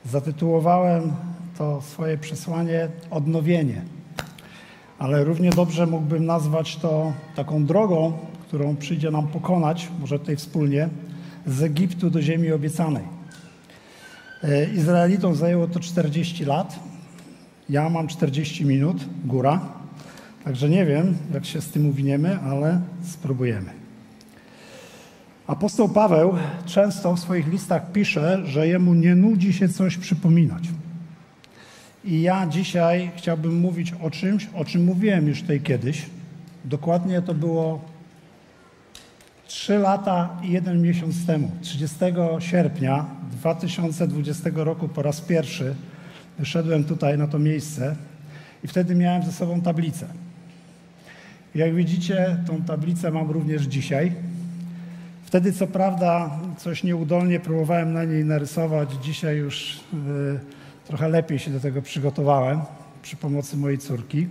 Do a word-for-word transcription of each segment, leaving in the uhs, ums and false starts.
Zatytułowałem to swoje przesłanie Odnowienie, ale równie dobrze mógłbym nazwać to taką drogą, którą przyjdzie nam pokonać, może tutaj wspólnie, z Egiptu do ziemi obiecanej. Izraelitom zajęło to czterdzieści lat, ja mam czterdzieści minut, góra, także nie wiem, jak się z tym uwiniemy, ale spróbujemy. Apostoł Paweł często w swoich listach pisze, że jemu nie nudzi się coś przypominać. I ja dzisiaj chciałbym mówić o czymś, o czym mówiłem już tutaj kiedyś. Dokładnie to było trzy lata i jeden miesiąc temu. trzydziestego sierpnia dwa tysiące dwudziestego roku po raz pierwszy wyszedłem tutaj na to miejsce i wtedy miałem ze sobą tablicę. Jak widzicie, tą tablicę mam również dzisiaj. Wtedy co prawda coś nieudolnie próbowałem na niej narysować. Dzisiaj już yy, trochę lepiej się do tego przygotowałem przy pomocy mojej córki.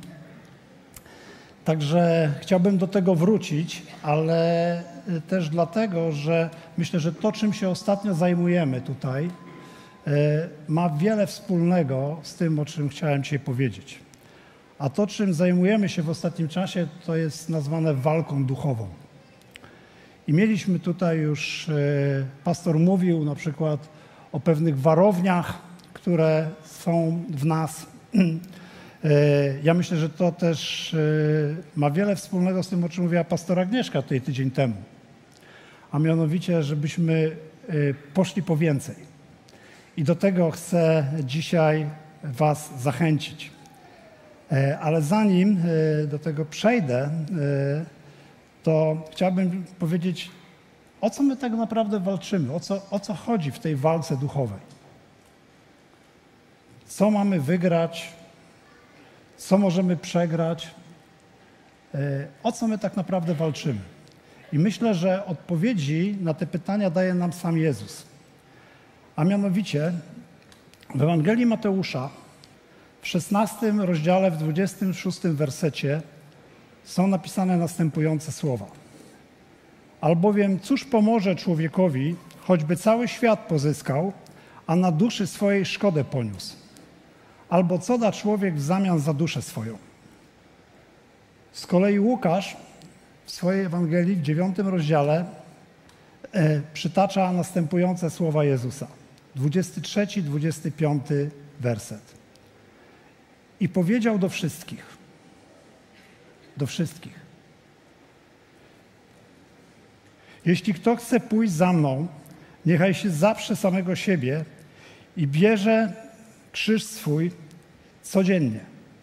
Także chciałbym do tego wrócić, ale też dlatego, że myślę, że to, czym się ostatnio zajmujemy tutaj, ma wiele wspólnego z tym, o czym chciałem dzisiaj powiedzieć. A to, czym zajmujemy się w ostatnim czasie, to jest nazwane walką duchową. I mieliśmy tutaj już, pastor mówił na przykład o pewnych warowniach, które są w nas. Ja myślę, że to też ma wiele wspólnego z tym, o czym mówiła pastor Agnieszka tutaj tydzień temu. A mianowicie, żebyśmy poszli po więcej. I do tego chcę dzisiaj was zachęcić. Ale zanim do tego przejdę, to chciałbym powiedzieć, o co my tak naprawdę walczymy, o co, o co chodzi w tej walce duchowej. Co mamy wygrać, co możemy przegrać, o co my tak naprawdę walczymy. I myślę, że odpowiedzi na te pytania daje nam sam Jezus. A mianowicie w Ewangelii Mateusza w szesnastym rozdziale, w dwudziestym szóstym wersecie są napisane następujące słowa. Albowiem cóż pomoże człowiekowi, choćby cały świat pozyskał, a na duszy swojej szkodę poniósł? Albo co da człowiek w zamian za duszę swoją? Z kolei Łukasz w swojej Ewangelii w dziewiątym rozdziale e, przytacza następujące słowa Jezusa. dwudziesty trzeci, dwudziesty piąty werset. I powiedział do wszystkich, do wszystkich. Jeśli kto chce pójść za mną, niechaj się zaprze samego siebie i bierze krzyż swój codziennie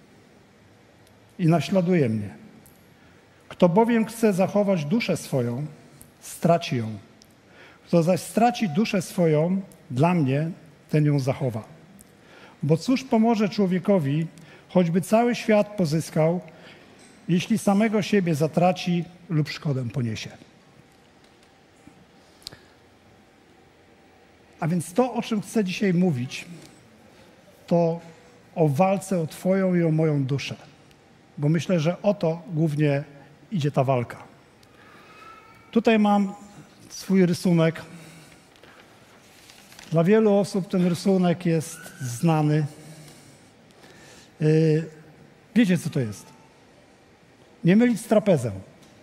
i naśladuje mnie. Kto bowiem chce zachować duszę swoją, straci ją. Kto zaś straci duszę swoją, dla mnie, ten ją zachowa. Bo cóż pomoże człowiekowi, choćby cały świat pozyskał, jeśli samego siebie zatraci lub szkodę poniesie. A więc to, o czym chcę dzisiaj mówić, to o walce o Twoją i o moją duszę. Bo myślę, że o to głównie idzie ta walka. Tutaj mam swój rysunek. Dla wielu osób ten rysunek jest znany. Yy, wiecie, co to jest? Nie mylić z trapezem.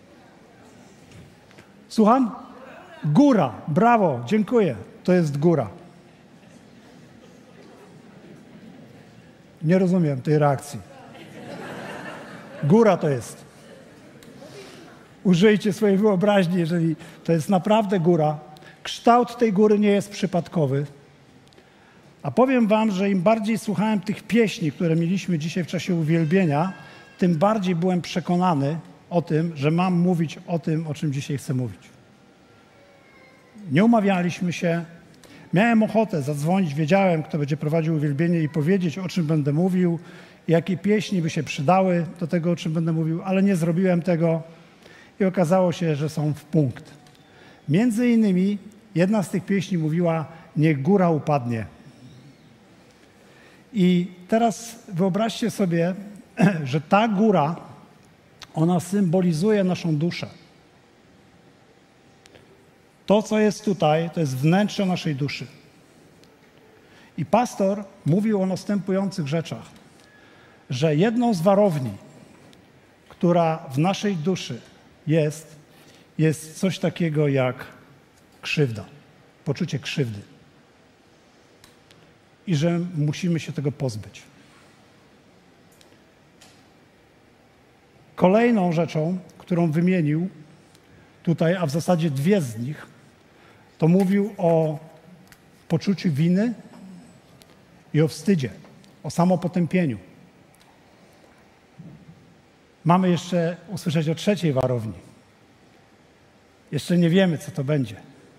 Słucham? Góra. Brawo, dziękuję. To jest góra. Nie rozumiem tej reakcji. Góra to jest. Użyjcie swojej wyobraźni, jeżeli to jest naprawdę góra. Kształt tej góry nie jest przypadkowy. A powiem wam, że im bardziej słuchałem tych pieśni, które mieliśmy dzisiaj w czasie uwielbienia, tym bardziej byłem przekonany o tym, że mam mówić o tym, o czym dzisiaj chcę mówić. Nie umawialiśmy się. Miałem ochotę zadzwonić, wiedziałem, kto będzie prowadził uwielbienie i powiedzieć, o czym będę mówił, jakie pieśni by się przydały do tego, o czym będę mówił, ale nie zrobiłem tego i okazało się, że są w punkt. Między innymi jedna z tych pieśni mówiła, niech góra upadnie. I teraz wyobraźcie sobie, że ta góra, ona symbolizuje naszą duszę. To, co jest tutaj, to jest wnętrze naszej duszy. I pastor mówił o następujących rzeczach, że jedną z warowni, która w naszej duszy jest, jest coś takiego jak krzywda, poczucie krzywdy. I że musimy się tego pozbyć. Kolejną rzeczą, którą wymienił tutaj, a w zasadzie dwie z nich, to mówił o poczuciu winy i o wstydzie, o samopotępieniu. Mamy jeszcze usłyszeć o trzeciej warowni. Jeszcze nie wiemy, co to będzie.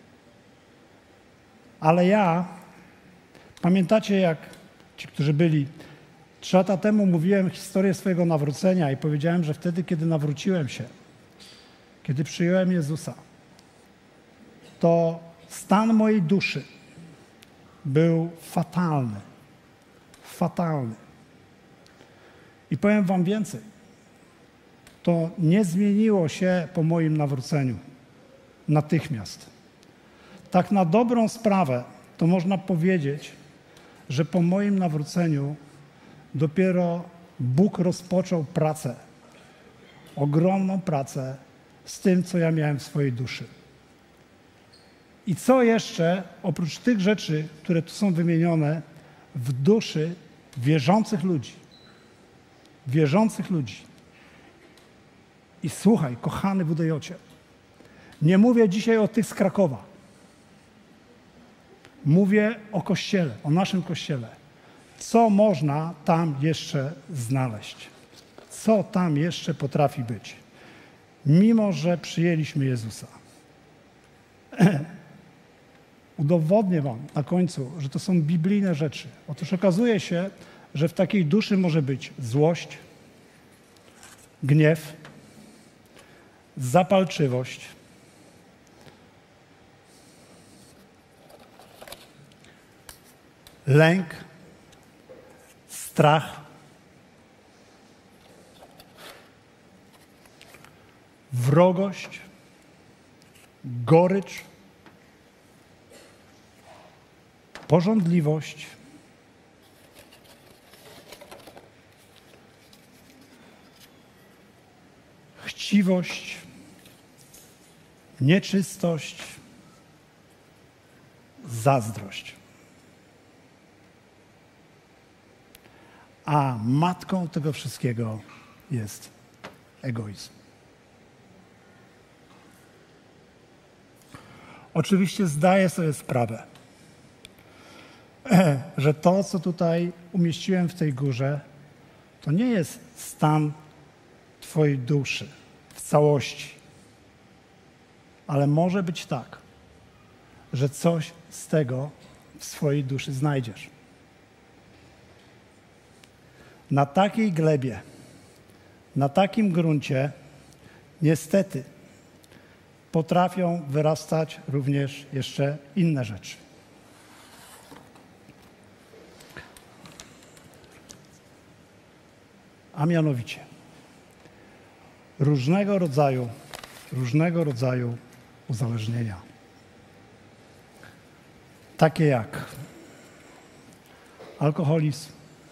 Ale ja, pamiętacie, jak ci, którzy byli, trzy lata temu mówiłem historię swojego nawrócenia i powiedziałem, że wtedy, kiedy nawróciłem się, kiedy przyjąłem Jezusa, to stan mojej duszy był fatalny. Fatalny. I powiem wam więcej. To nie zmieniło się po moim nawróceniu. Natychmiast. Tak na dobrą sprawę to można powiedzieć, że po moim nawróceniu dopiero Bóg rozpoczął pracę. Ogromną pracę z tym, co ja miałem w swojej duszy. I co jeszcze, oprócz tych rzeczy, które tu są wymienione, w duszy wierzących ludzi. Wierzących ludzi. I słuchaj, kochany W D J-cie, nie mówię dzisiaj o tych z Krakowa. Mówię o Kościele, o naszym Kościele. Co można tam jeszcze znaleźć? Co tam jeszcze potrafi być? Mimo że przyjęliśmy Jezusa. Udowodnię wam na końcu, że to są biblijne rzeczy. Otóż okazuje się, że w takiej duszy może być złość, gniew, zapalczywość, lęk, strach, wrogość, gorycz, pożądliwość, chciwość, nieczystość, zazdrość. A matką tego wszystkiego jest egoizm. Oczywiście zdaję sobie sprawę, że to, co tutaj umieściłem w tej górze, to nie jest stan twojej duszy w całości. Ale może być tak, że coś z tego w swojej duszy znajdziesz. Na takiej glebie, na takim gruncie niestety potrafią wyrastać również jeszcze inne rzeczy. A mianowicie różnego rodzaju, różnego rodzaju uzależnienia. Takie jak alkoholizm,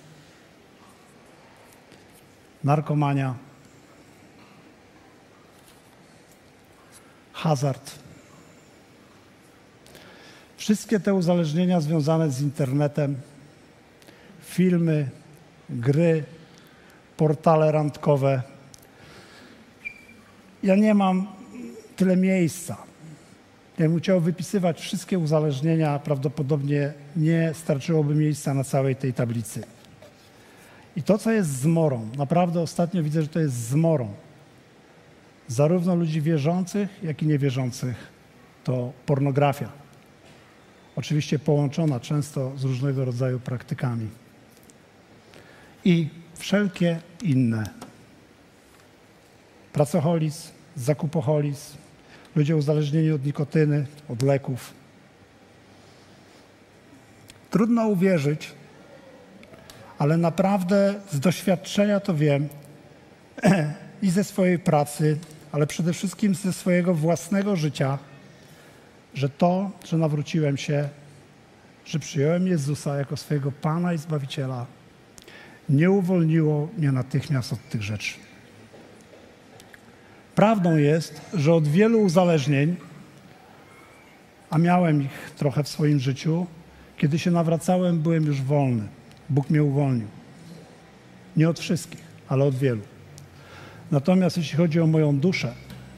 narkomania, hazard. Wszystkie te uzależnienia związane z internetem, filmy, gry, portale randkowe. Ja nie mam tyle miejsca. Jakbym chciał wypisywać wszystkie uzależnienia, prawdopodobnie nie starczyłoby miejsca na całej tej tablicy. I to, co jest zmorą, naprawdę ostatnio widzę, że to jest zmorą, zarówno ludzi wierzących, jak i niewierzących, to pornografia. Oczywiście połączona często z różnego rodzaju praktykami. I wszelkie inne. Pracoholizm, zakupoholizm, ludzie uzależnieni od nikotyny, od leków. Trudno uwierzyć, ale naprawdę z doświadczenia to wiem i ze swojej pracy, ale przede wszystkim ze swojego własnego życia, że to, że nawróciłem się, że przyjąłem Jezusa jako swojego Pana i Zbawiciela, nie uwolniło mnie natychmiast od tych rzeczy. Prawdą jest, że od wielu uzależnień, a miałem ich trochę w swoim życiu, kiedy się nawracałem, byłem już wolny. Bóg mnie uwolnił. Nie od wszystkich, ale od wielu. Natomiast jeśli chodzi o moją duszę,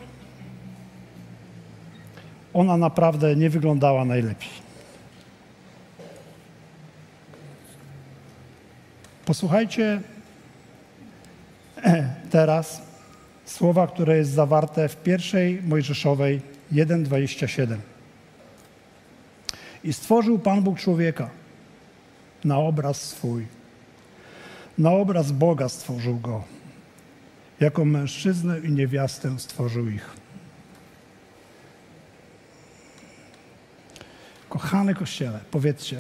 ona naprawdę nie wyglądała najlepiej. Posłuchajcie teraz słowa, które jest zawarte w pierwszej Mojżeszowej jeden, dwadzieścia siedem. I stworzył Pan Bóg człowieka na obraz swój. Na obraz Boga stworzył go. Jako mężczyznę i niewiastę stworzył ich. Kochany Kościele, powiedzcie,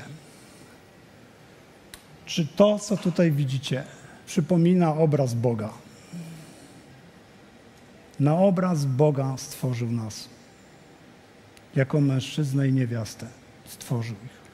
czy to, co tutaj widzicie, przypomina obraz Boga? Na obraz Boga stworzył nas. Jako mężczyznę i niewiastę stworzył ich.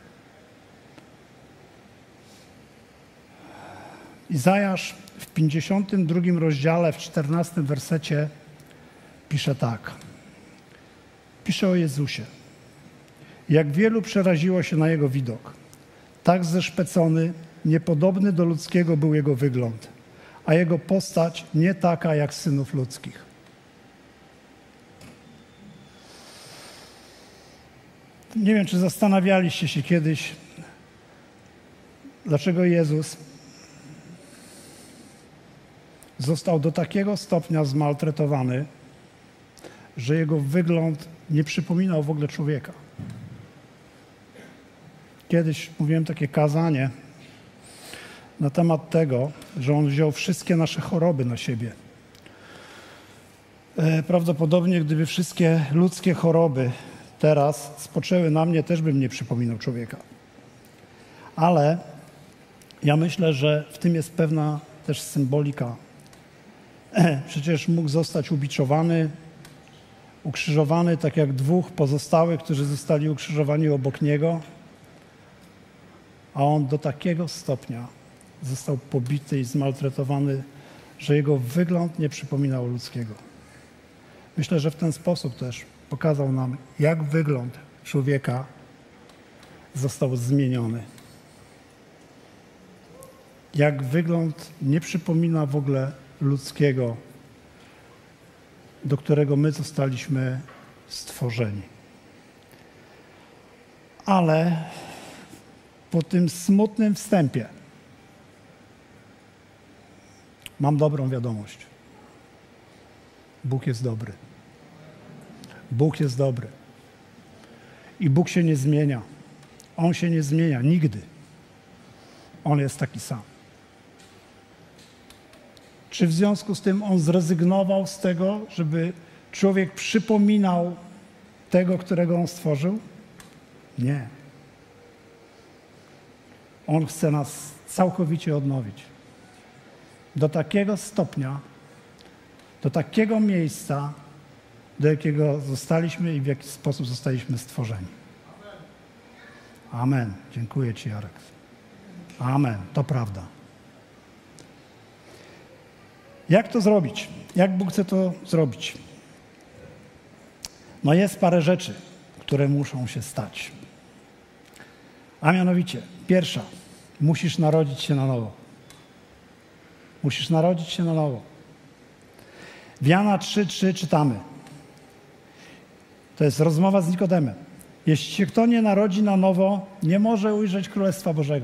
Izajasz w pięćdziesiątym drugim rozdziale, w czternastym wersecie pisze tak. Pisze o Jezusie. Jak wielu przeraziło się na Jego widok. Tak zeszpecony, niepodobny do ludzkiego był Jego wygląd, a Jego postać nie taka jak synów ludzkich. Nie wiem, czy zastanawialiście się kiedyś, dlaczego Jezus został do takiego stopnia zmaltretowany, że Jego wygląd nie przypominał w ogóle człowieka. Kiedyś mówiłem takie kazanie na temat tego, że On wziął wszystkie nasze choroby na siebie. Prawdopodobnie, gdyby wszystkie ludzkie choroby teraz spoczęły na mnie, też bym nie przypominał człowieka. Ale ja myślę, że w tym jest pewna też symbolika. Przecież mógł zostać ubiczowany, ukrzyżowany, tak jak dwóch pozostałych, którzy zostali ukrzyżowani obok Niego, a On do takiego stopnia został pobity i zmaltretowany, że Jego wygląd nie przypominał ludzkiego. Myślę, że w ten sposób też pokazał nam, jak wygląd człowieka został zmieniony. Jak wygląd nie przypomina w ogóle ludzkiego, do którego my zostaliśmy stworzeni. Ale po tym smutnym wstępie mam dobrą wiadomość. Bóg jest dobry. Bóg jest dobry. I Bóg się nie zmienia. On się nie zmienia nigdy. On jest taki sam. Czy w związku z tym On zrezygnował z tego, żeby człowiek przypominał tego, którego On stworzył? Nie. On chce nas całkowicie odnowić. Do takiego stopnia, do takiego miejsca, do jakiego zostaliśmy i w jaki sposób zostaliśmy stworzeni. Amen. Dziękuję Ci, Jarek. Amen. To prawda. Jak to zrobić? Jak Bóg chce to zrobić? No jest parę rzeczy, które muszą się stać. A mianowicie, pierwsza, musisz narodzić się na nowo. Musisz narodzić się na nowo. W Jana trzy trzy czytamy. To jest rozmowa z Nikodemem. Jeśli się kto nie narodzi na nowo, nie może ujrzeć Królestwa Bożego.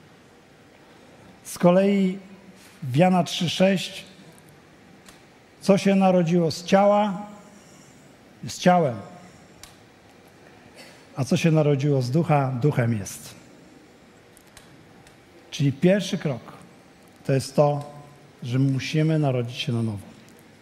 Z kolei w Jana trzy sześć, co się narodziło z ciała, jest ciałem. A co się narodziło z ducha, duchem jest. Czyli pierwszy krok to jest to, że musimy narodzić się na nowo.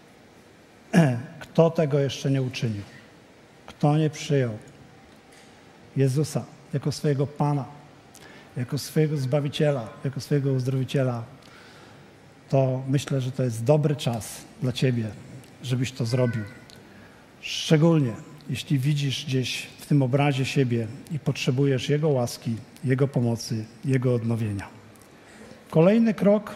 Kto tego jeszcze nie uczynił? Kto nie przyjął Jezusa jako swojego Pana, jako swojego Zbawiciela, jako swojego Uzdrowiciela, to myślę, że to jest dobry czas dla Ciebie, żebyś to zrobił. Szczególnie jeśli widzisz gdzieś w tym obrazie siebie i potrzebujesz Jego łaski, Jego pomocy, Jego odnowienia. Kolejny krok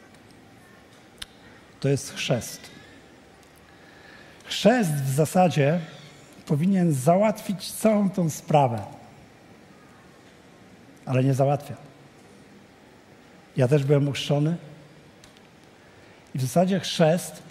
to jest chrzest. Chrzest w zasadzie powinien załatwić całą tą sprawę, ale nie załatwia. Ja też byłem ochrzczony i w zasadzie chrzest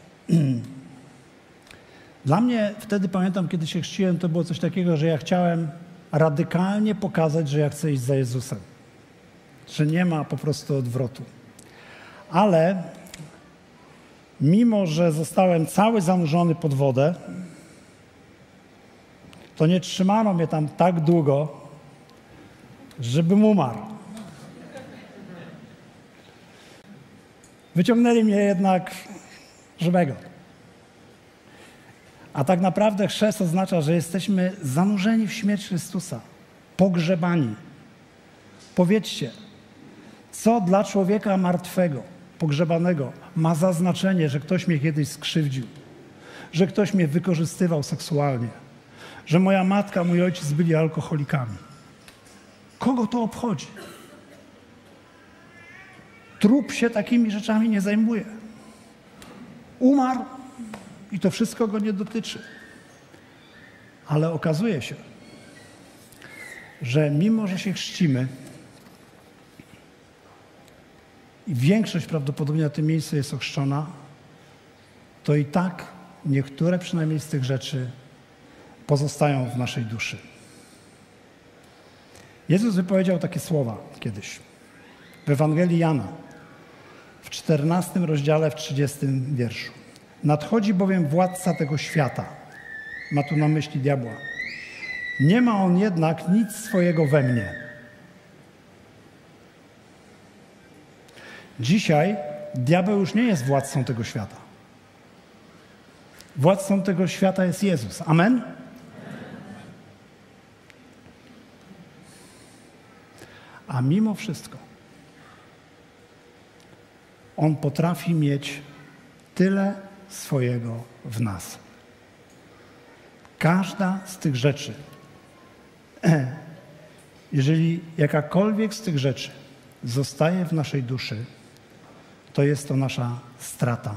dla mnie wtedy, pamiętam, kiedy się chrzciłem, to było coś takiego, że ja chciałem radykalnie pokazać, że ja chcę iść za Jezusem, że nie ma po prostu odwrotu. Ale mimo że zostałem cały zanurzony pod wodę, to nie trzymano mnie tam tak długo, żebym umarł. Wyciągnęli mnie jednak żywego. A tak naprawdę chrzest oznacza, że jesteśmy zanurzeni w śmierć Chrystusa, pogrzebani. Powiedzcie, co dla człowieka martwego, pogrzebanego ma za znaczenie, że ktoś mnie kiedyś skrzywdził, że ktoś mnie wykorzystywał seksualnie, że moja matka, mój ojciec byli alkoholikami. Kogo to obchodzi? Trup się takimi rzeczami nie zajmuje. Umarł i to wszystko go nie dotyczy. Ale okazuje się, że mimo, że się chrzcimy i większość prawdopodobnie na tym miejscu jest ochrzczona, to i tak niektóre przynajmniej z tych rzeczy pozostają w naszej duszy. Jezus wypowiedział takie słowa kiedyś w Ewangelii Jana, w czternastym rozdziale, w trzydziestym wierszu. Nadchodzi bowiem władca tego świata. Ma tu na myśli diabła. Nie ma on jednak nic swojego we mnie. Dzisiaj diabeł już nie jest władcą tego świata. Władcą tego świata jest Jezus. Amen? A mimo wszystko On potrafi mieć tyle swojego w nas. Każda z tych rzeczy, jeżeli jakakolwiek z tych rzeczy zostaje w naszej duszy, to jest to nasza strata.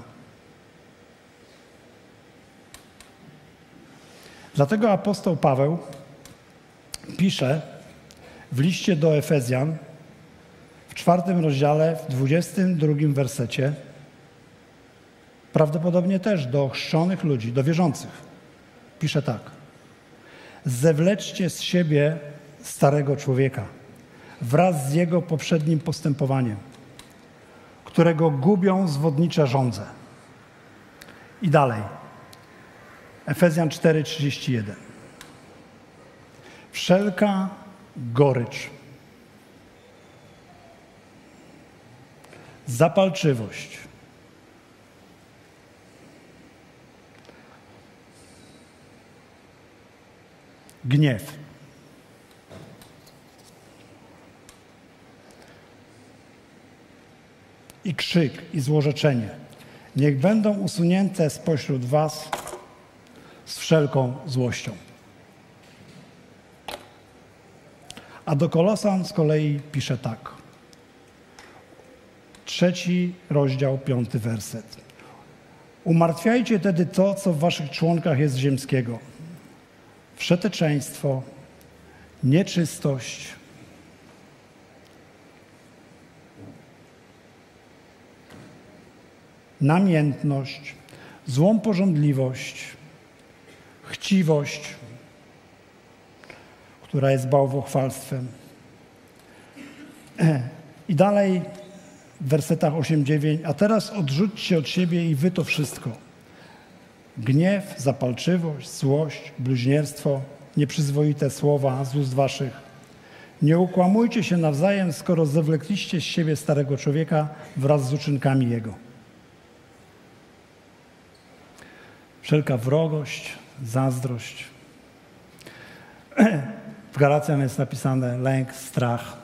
Dlatego apostoł Paweł pisze w liście do Efezjan w czwartym rozdziale, w dwudziestym drugim wersecie, prawdopodobnie też do chrzczonych ludzi, do wierzących. Pisze tak. Zewleczcie z siebie starego człowieka wraz z jego poprzednim postępowaniem, którego gubią zwodnicze żądze. I dalej. Efezjan cztery, trzydzieści jeden. Wszelka gorycz, zapalczywość, gniew, i krzyk, i złorzeczenie niech będą usunięte spośród was z wszelką złością. A do Kolosan z kolei pisze tak. Trzeci rozdział, piąty werset. Umartwiajcie tedy to, co w waszych członkach jest ziemskiego. Wszeteczeństwo, nieczystość, namiętność, złą pożądliwość, chciwość, która jest bałwochwalstwem. I dalej w wersetach osiem, dziewięć. A teraz odrzućcie od siebie i wy to wszystko. Gniew, zapalczywość, złość, bluźnierstwo, nieprzyzwoite słowa z ust waszych. Nie ukłamujcie się nawzajem, skoro zewlekliście z siebie starego człowieka wraz z uczynkami jego. Wszelka wrogość, zazdrość. W Galacjan jest napisane lęk, strach.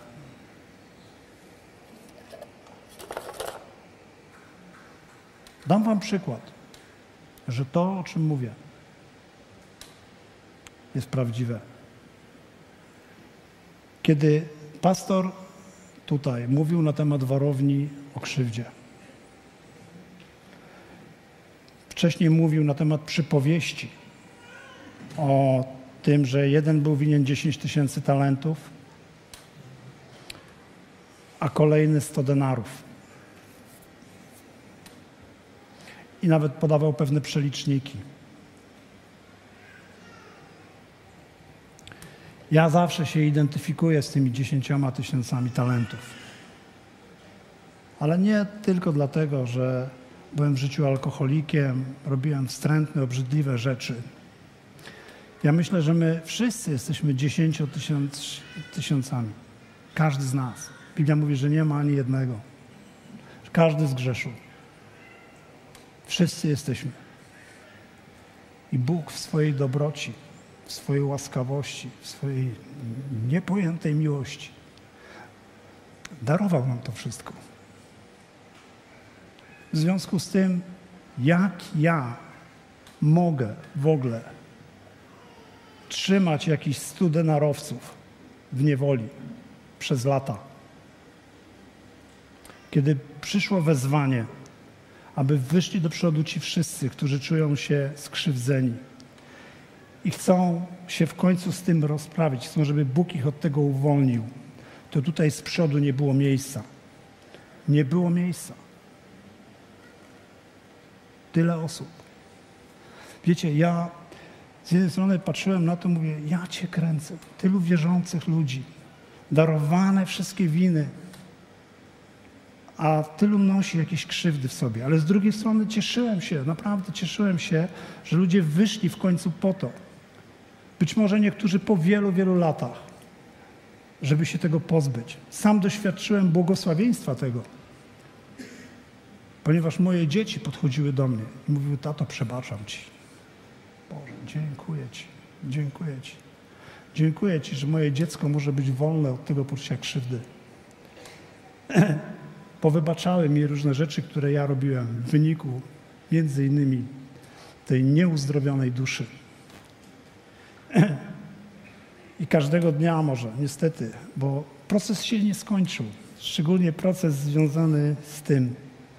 Dam wam przykład, że to, o czym mówię, jest prawdziwe. Kiedy pastor tutaj mówił na temat warowni o krzywdzie, wcześniej mówił na temat przypowieści o tym, że jeden był winien dziesięć tysięcy talentów, a kolejny sto denarów. I nawet podawał pewne przeliczniki. Ja zawsze się identyfikuję z tymi dziesięcioma tysiącami talentów. Ale nie tylko dlatego, że byłem w życiu alkoholikiem, robiłem wstrętne, obrzydliwe rzeczy. Ja myślę, że my wszyscy jesteśmy dziesięciotysiącami. Każdy z nas. Biblia mówi, że nie ma ani jednego. Że każdy zgrzeszył. Wszyscy jesteśmy. I Bóg w swojej dobroci, w swojej łaskawości, w swojej niepojętej miłości darował nam to wszystko. W związku z tym, jak ja mogę w ogóle trzymać jakichś stu denarowców w niewoli przez lata? Kiedy przyszło wezwanie, aby wyszli do przodu ci wszyscy, którzy czują się skrzywdzeni i chcą się w końcu z tym rozprawić, chcą, żeby Bóg ich od tego uwolnił, to tutaj z przodu nie było miejsca. Nie było miejsca. Tyle osób. Wiecie, ja z jednej strony patrzyłem na to, mówię, ja Cię kręcę. Tylu wierzących ludzi, darowane wszystkie winy, a tylu nosi jakieś krzywdy w sobie. Ale z drugiej strony cieszyłem się, naprawdę cieszyłem się, że ludzie wyszli w końcu po to. Być może niektórzy po wielu, wielu latach, żeby się tego pozbyć. Sam doświadczyłem błogosławieństwa tego. Ponieważ moje dzieci podchodziły do mnie i mówiły, tato, przebaczam Ci. Boże, dziękuję Ci, dziękuję Ci. Dziękuję Ci, że moje dziecko może być wolne od tego poczucia krzywdy. Powybaczały mi różne rzeczy, które ja robiłem w wyniku między innymi tej nieuzdrowionej duszy. I każdego dnia może, niestety, bo proces się nie skończył. Szczególnie proces związany z tym.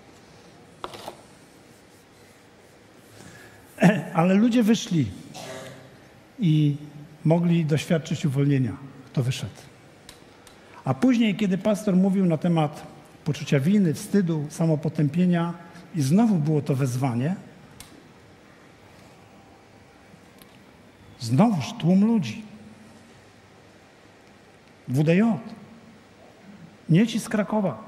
Ale ludzie wyszli i mogli doświadczyć uwolnienia. Kto wyszedł? A później, kiedy pastor mówił na temat poczucia winy, wstydu, samopotępienia i znowu było to wezwanie, znowuż tłum ludzi. W D J. Nie ci z Krakowa.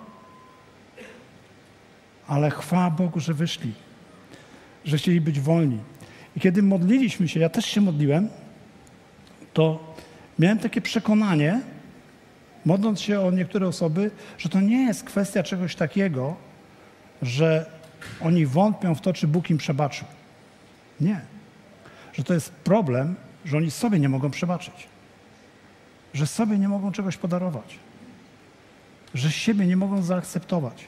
Ale chwała Bogu, że wyszli. Że chcieli być wolni. I kiedy modliliśmy się, ja też się modliłem, to miałem takie przekonanie, modląc się o niektóre osoby, że to nie jest kwestia czegoś takiego, że oni wątpią w to, czy Bóg im przebaczył. Nie. Że to jest problem, że oni sobie nie mogą przebaczyć. Że sobie nie mogą czegoś podarować. Że siebie nie mogą zaakceptować.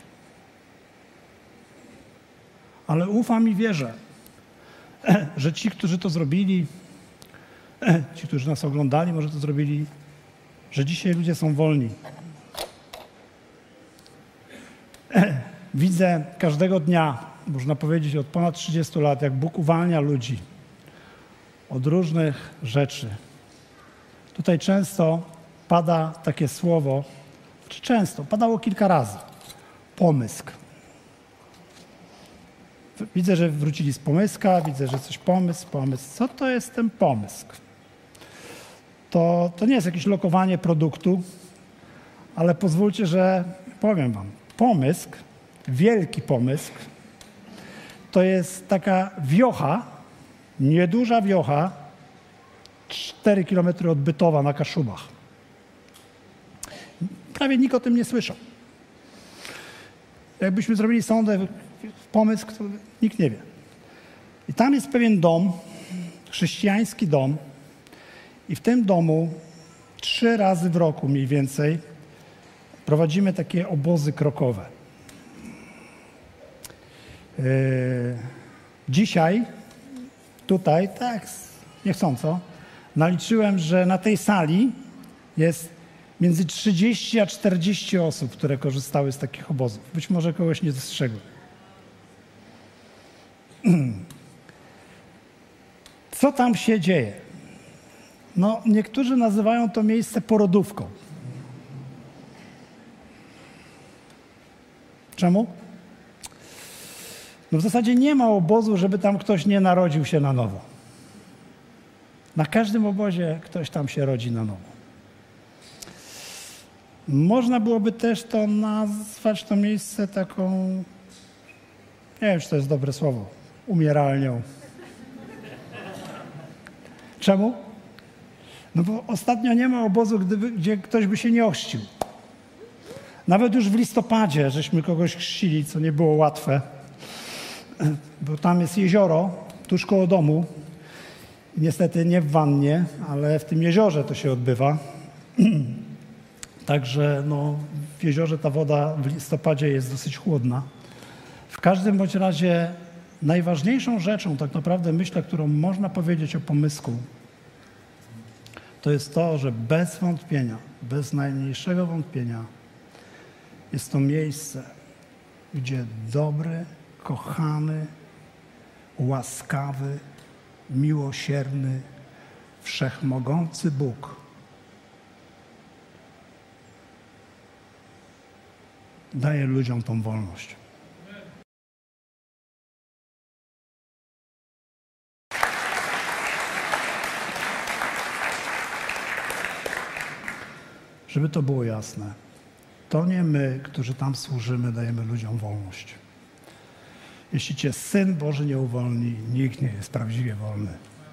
Ale ufam i wierzę, że ci, którzy to zrobili, ci, którzy nas oglądali, może to zrobili, że dzisiaj ludzie są wolni. Widzę każdego dnia, można powiedzieć od ponad trzydziestu lat, jak Bóg uwalnia ludzi od różnych rzeczy. Tutaj często pada takie słowo, czy często, padało kilka razy, pomysk. Widzę, że wrócili z pomyska, widzę, że coś pomysł, pomysł. Co to jest ten pomysk? To, to nie jest jakieś lokowanie produktu, ale pozwólcie, że powiem wam. Pomysk, wielki pomysk, to jest taka wiocha, nieduża wiocha, cztery kilometry od Bytowa na Kaszubach. Prawie nikt o tym nie słyszał. Jakbyśmy zrobili sondę, pomysł, który nikt nie wie. I tam jest pewien dom, chrześcijański dom, i w tym domu trzy razy w roku mniej więcej prowadzimy takie obozy krokowe. Yy, dzisiaj tutaj, tak niechcąco, naliczyłem, że na tej sali jest między trzydzieści a czterdzieści osób, które korzystały z takich obozów. Być może kogoś nie dostrzegłem. Co tam się dzieje? No, niektórzy nazywają to miejsce porodówką. Czemu? No w zasadzie nie ma obozu, żeby tam ktoś nie narodził się na nowo. Na każdym obozie ktoś tam się rodzi na nowo. Można byłoby też to nazwać to miejsce taką, nie wiem, czy to jest dobre słowo, umieralnią. Czemu? No bo ostatnio nie ma obozu, gdyby, gdzie ktoś by się nie ochrzcił. Nawet już w listopadzie żeśmy kogoś chrzcili, co nie było łatwe, bo tam jest jezioro tuż koło domu. Niestety nie w wannie, ale w tym jeziorze to się odbywa. Także no, w jeziorze ta woda w listopadzie jest dosyć chłodna. W każdym bądź razie najważniejszą rzeczą, tak naprawdę myślę, którą można powiedzieć o pomysłu, to jest to, że bez wątpienia, bez najmniejszego wątpienia jest to miejsce, gdzie dobry, kochany, łaskawy, miłosierny, wszechmogący Bóg daje ludziom tą wolność. Żeby to było jasne, to nie my, którzy tam służymy, dajemy ludziom wolność. Jeśli cię Syn Boży nie uwolni, nikt nie jest prawdziwie wolny.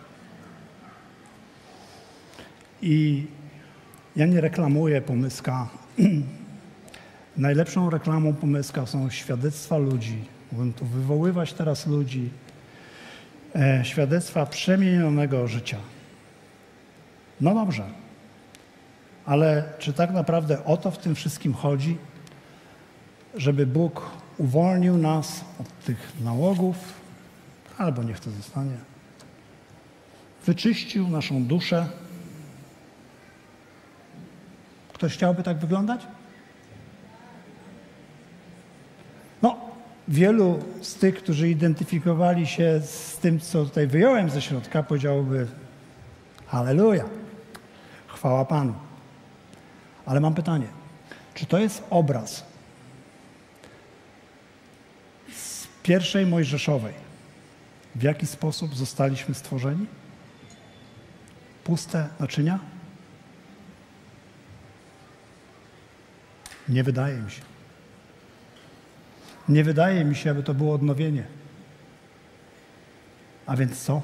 I ja nie reklamuję Pomyska. Najlepszą reklamą Pomyska są świadectwa ludzi. Mógłbym tu wywoływać teraz ludzi. E, świadectwa przemienionego życia. No dobrze. Ale czy tak naprawdę o to w tym wszystkim chodzi? Żeby Bóg uwolnił nas od tych nałogów, albo niech to zostanie, wyczyścił naszą duszę. Ktoś chciałby tak wyglądać? No, wielu z tych, którzy identyfikowali się z tym, co tutaj wyjąłem ze środka, powiedziałoby halleluja, chwała Panu. Ale mam pytanie, czy to jest obraz z pierwszej Mojżeszowej? W jaki sposób zostaliśmy stworzeni? Puste naczynia? Nie wydaje mi się. Nie wydaje mi się, aby to było odnowienie. A więc co?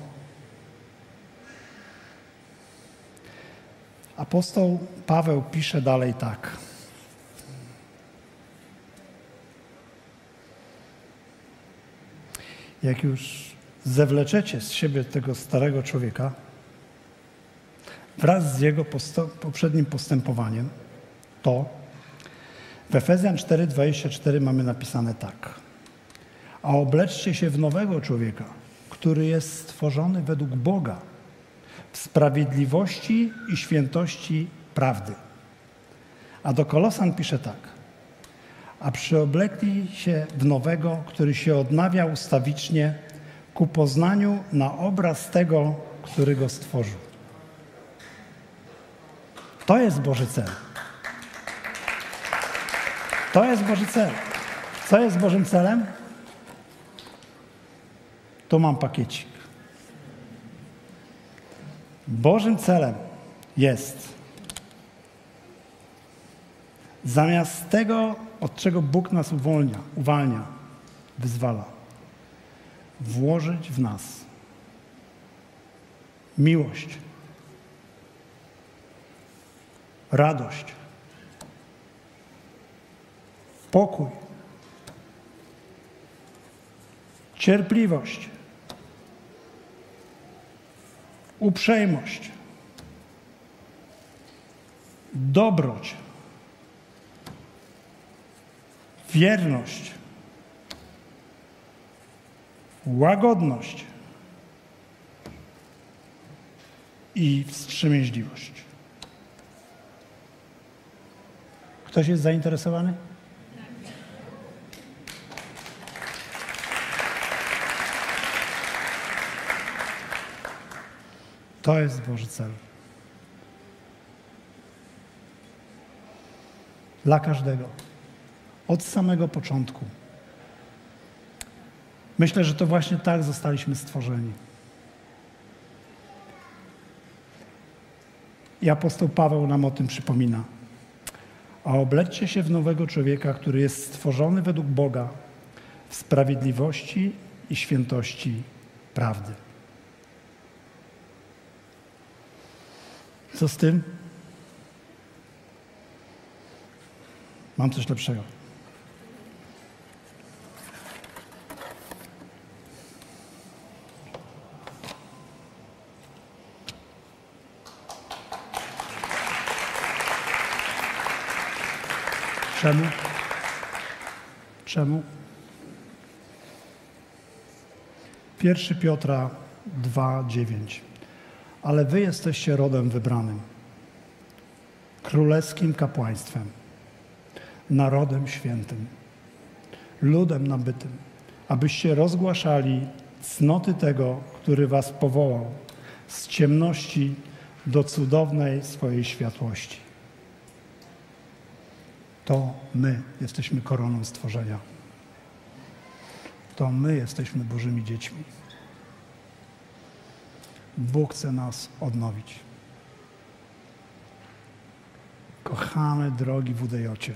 Apostoł Paweł pisze dalej tak. Jak już zewleczecie z siebie tego starego człowieka wraz z jego poprzednim postępowaniem, to w Efezjan cztery, dwadzieścia cztery mamy napisane tak. A obleczcie się w nowego człowieka, który jest stworzony według Boga, w sprawiedliwości i świętości prawdy. A do Kolosan pisze tak. A przyoblekli się w nowego, który się odnawia ustawicznie ku poznaniu na obraz tego, który go stworzył. To jest Boży cel. To jest Boży cel. Co jest Bożym celem? Tu mam pakiecik. Bożym celem jest zamiast tego, od czego Bóg nas uwolnia, uwalnia, wyzwala, włożyć w nas miłość, radość, pokój, cierpliwość, uprzejmość, dobroć, wierność, łagodność i wstrzemięźliwość. Ktoś jest zainteresowany? To jest Boży cel. Dla każdego. Od samego początku. Myślę, że to właśnie tak zostaliśmy stworzeni. I apostoł Paweł nam o tym przypomina. A oblećcie się w nowego człowieka, który jest stworzony według Boga w sprawiedliwości i świętości prawdy. Co z tym? Mam coś lepszego. Czemu? Czemu? Pierwszy Piotra dwa, dziewięć. Ale wy jesteście rodem wybranym, królewskim kapłaństwem, narodem świętym, ludem nabytym, abyście rozgłaszali cnoty tego, który was powołał z ciemności do cudownej swojej światłości. To my jesteśmy koroną stworzenia. To my jesteśmy Bożymi dziećmi. Bóg chce nas odnowić. Kochamy drogi W D J-cie.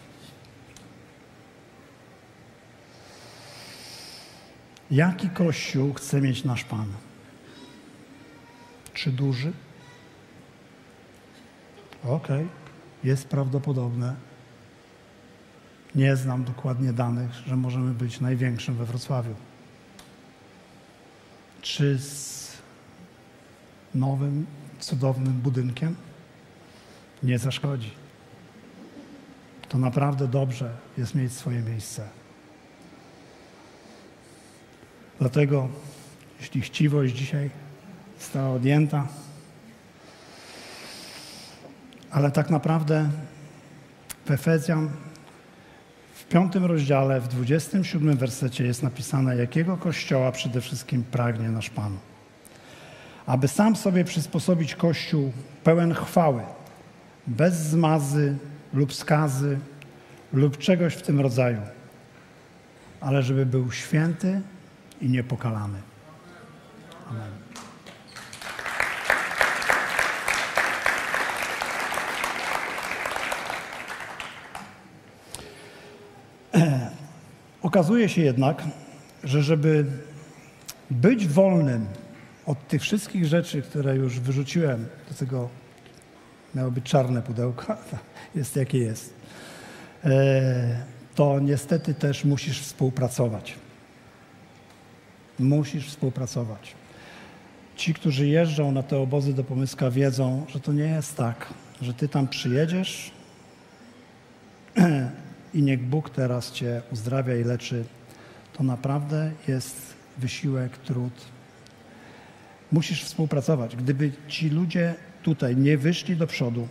Jaki Kościół chce mieć nasz Pan? Czy duży? Okej, okay. Jest prawdopodobne. Nie znam dokładnie danych, że możemy być największym we Wrocławiu. Czy z nowym, cudownym budynkiem? Nie zaszkodzi. To naprawdę dobrze jest mieć swoje miejsce. Dlatego, jeśli chciwość dzisiaj została odjęta, ale tak naprawdę w Efezjan w piątym rozdziale, w dwudziestym siódmym wersecie jest napisane, jakiego Kościoła przede wszystkim pragnie nasz Pan. Aby sam sobie przysposobić Kościół pełen chwały, bez zmazy lub skazy lub czegoś w tym rodzaju, ale żeby był święty i niepokalany. Amen. Okazuje się jednak, że żeby być wolnym od tych wszystkich rzeczy, które już wyrzuciłem, do tego miało być czarne pudełko, jest jakie jest, to niestety też musisz współpracować. Musisz współpracować. Ci, którzy jeżdżą na te obozy do Pomyska, wiedzą, że to nie jest tak, że ty tam przyjedziesz i niech Bóg teraz cię uzdrawia i leczy. To naprawdę jest wysiłek, trud. Musisz współpracować. Gdyby ci ludzie tutaj nie wyszli do przodu,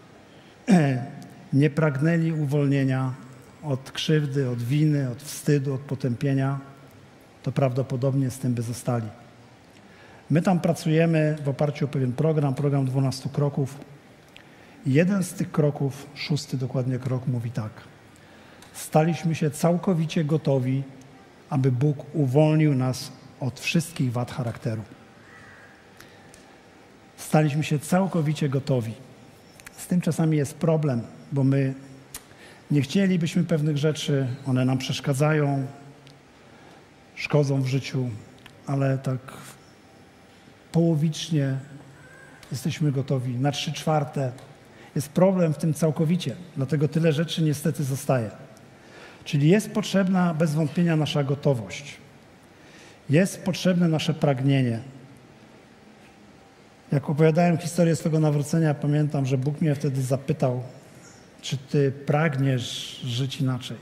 nie pragnęli uwolnienia od krzywdy, od winy, od wstydu, od potępienia, to prawdopodobnie z tym by zostali. My tam pracujemy w oparciu o pewien program, program dwunastu kroków. I jeden z tych kroków, szósty dokładnie krok, mówi tak. Staliśmy się całkowicie gotowi, aby Bóg uwolnił nas od wszystkich wad charakteru. Staliśmy się całkowicie gotowi. Z tym czasami jest problem, bo my nie chcielibyśmy pewnych rzeczy, one nam przeszkadzają, szkodzą w życiu, ale tak połowicznie jesteśmy gotowi, na trzy czwarte. Jest problem w tym całkowicie, dlatego tyle rzeczy niestety zostaje. Czyli jest potrzebna bez wątpienia nasza gotowość. Jest potrzebne nasze pragnienie. Jak opowiadałem historię swego nawrócenia, pamiętam, że Bóg mnie wtedy zapytał, czy ty pragniesz żyć inaczej?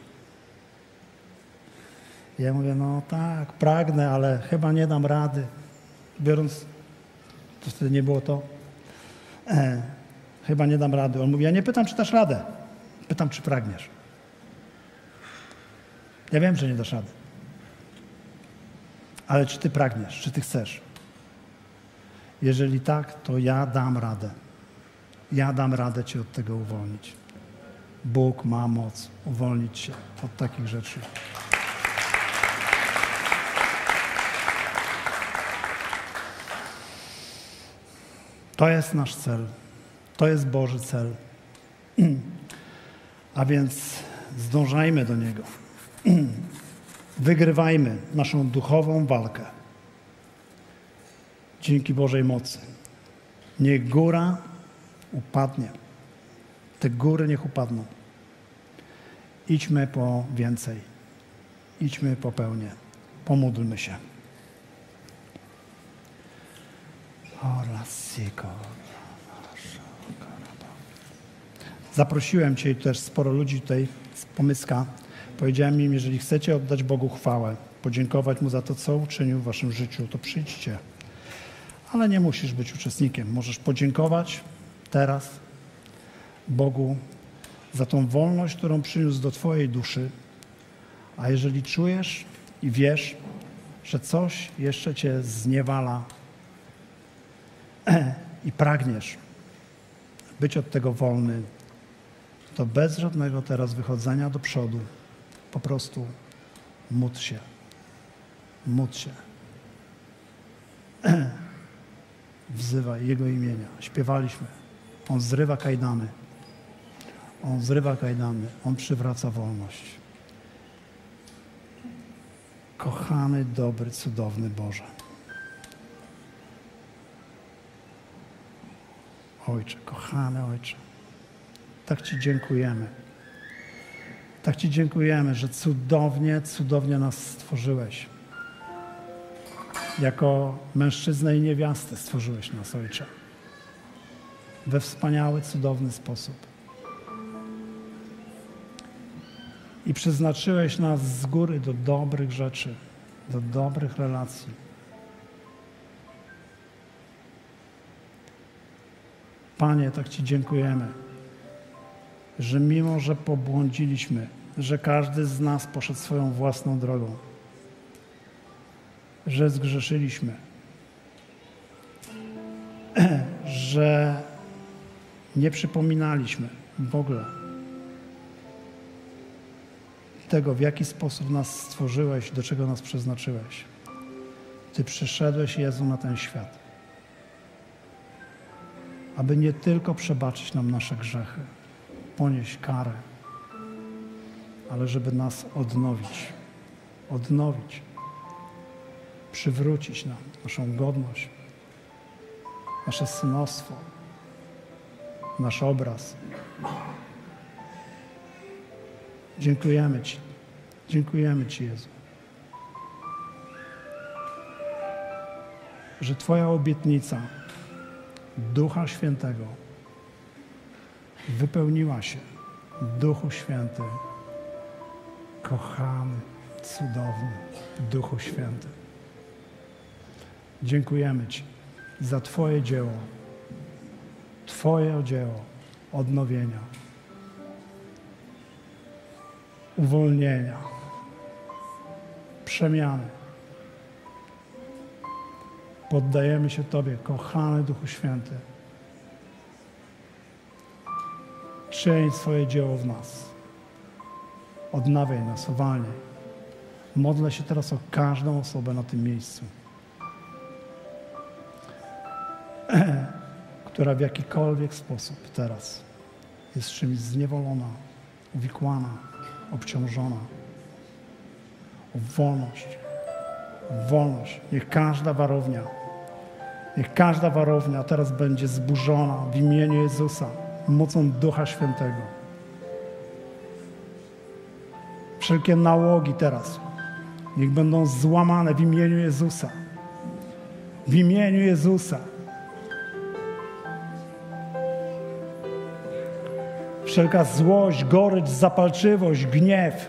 Ja mówię, no tak, pragnę, ale chyba nie dam rady. Biorąc, to wtedy nie było to, E, chyba nie dam rady. On mówi, ja nie pytam, czy dasz radę. Pytam, czy pragniesz. Ja wiem, że nie dasz rady. Ale czy ty pragniesz, czy ty chcesz? Jeżeli tak, to ja dam radę. Ja dam radę cię od tego uwolnić. Bóg ma moc uwolnić cię od takich rzeczy. To jest nasz cel. To jest Boży cel. A więc zdążajmy do Niego. Wygrywajmy naszą duchową walkę. Dzięki Bożej mocy. Niech góra upadnie. Te góry niech upadną. Idźmy po więcej. Idźmy po pełnię. Pomódlmy się. Zaprosiłem Cię i też sporo ludzi tutaj z Pomyska. Powiedziałem im, jeżeli chcecie oddać Bogu chwałę, podziękować Mu za to, co uczynił w waszym życiu, to przyjdźcie. Ale nie musisz być uczestnikiem. Możesz podziękować teraz Bogu za tą wolność, którą przyniósł do twojej duszy. A jeżeli czujesz i wiesz, że coś jeszcze cię zniewala i pragniesz być od tego wolny, to bez żadnego teraz wychodzenia do przodu po prostu módl się. Módl się. Wzywaj Jego imienia. Śpiewaliśmy. On zrywa kajdany. On zrywa kajdany. On przywraca wolność. Kochany, dobry, cudowny Boże. Ojcze, kochany Ojcze. Tak Ci dziękujemy. Tak Ci dziękujemy, że cudownie, cudownie nas stworzyłeś. Jako mężczyznę i niewiastę stworzyłeś nas, Ojcze. We wspaniały, cudowny sposób. I przeznaczyłeś nas z góry do dobrych rzeczy, do dobrych relacji. Panie, tak Ci dziękujemy, że mimo, że pobłądziliśmy, że każdy z nas poszedł swoją własną drogą, że zgrzeszyliśmy, że nie przypominaliśmy w ogóle tego, w jaki sposób nas stworzyłeś, do czego nas przeznaczyłeś. Ty przyszedłeś, Jezu, na ten świat, aby nie tylko przebaczyć nam nasze grzechy, ponieść karę, ale żeby nas odnowić, odnowić, przywrócić nam naszą godność, nasze synostwo, nasz obraz. Dziękujemy Ci. Dziękujemy Ci, Jezu, że Twoja obietnica Ducha Świętego wypełniła się. Duchu Święty, kochany, cudowny Duchu Święty. Dziękujemy Ci za Twoje dzieło, Twoje dzieło odnowienia, uwolnienia, przemiany. Poddajemy się Tobie, kochany Duchu Święty. Czyń swoje dzieło w nas. Odnawiaj nas, uwalniaj. Modlę się teraz o każdą osobę na tym miejscu, która w jakikolwiek sposób teraz jest czymś zniewolona, uwikłana, obciążona. O wolność. O wolność. Niech każda warownia, niech każda warownia teraz będzie zburzona w imieniu Jezusa, mocą Ducha Świętego. Wszelkie nałogi teraz niech będą złamane w imieniu Jezusa. W imieniu Jezusa. Wszelka złość, gorycz, zapalczywość, gniew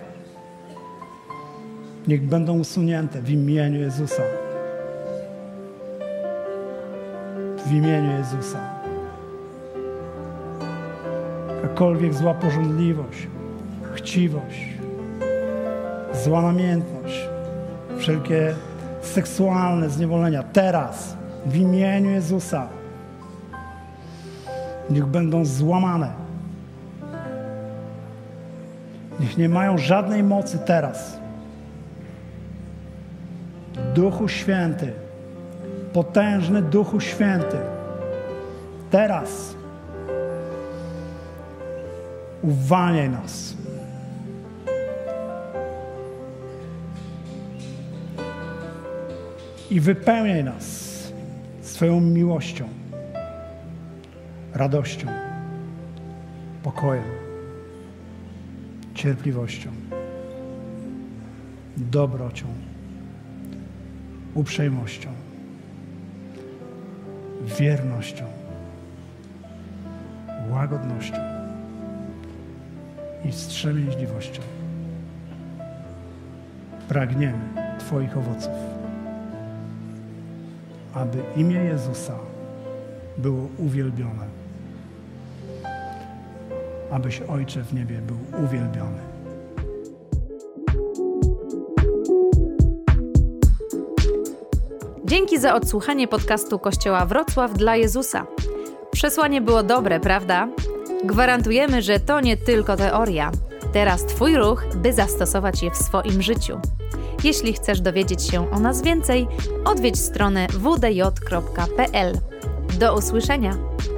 niech będą usunięte w imieniu Jezusa. W imieniu Jezusa. jakakolwiek zła pożądliwość, chciwość, zła namiętność, wszelkie seksualne zniewolenia. Teraz, w imieniu Jezusa, niech będą złamane. Niech nie mają żadnej mocy teraz. Duchu Święty, potężny Duchu Święty, teraz uwalniaj nas. I wypełniaj nas swoją miłością, radością, pokojem, cierpliwością, dobrocią, uprzejmością, wiernością, łagodnością i wstrzemięźliwością. Pragniemy Twoich owoców, aby imię Jezusa było uwielbione, abyś, Ojcze w niebie, był uwielbiony. Dzięki za odsłuchanie podcastu Kościoła Wrocław dla Jezusa. Przesłanie było dobre, prawda? Gwarantujemy, że to nie tylko teoria. Teraz Twój ruch, by zastosować je w swoim życiu. Jeśli chcesz dowiedzieć się o nas więcej, odwiedź stronę w d j kropka p l. Do usłyszenia!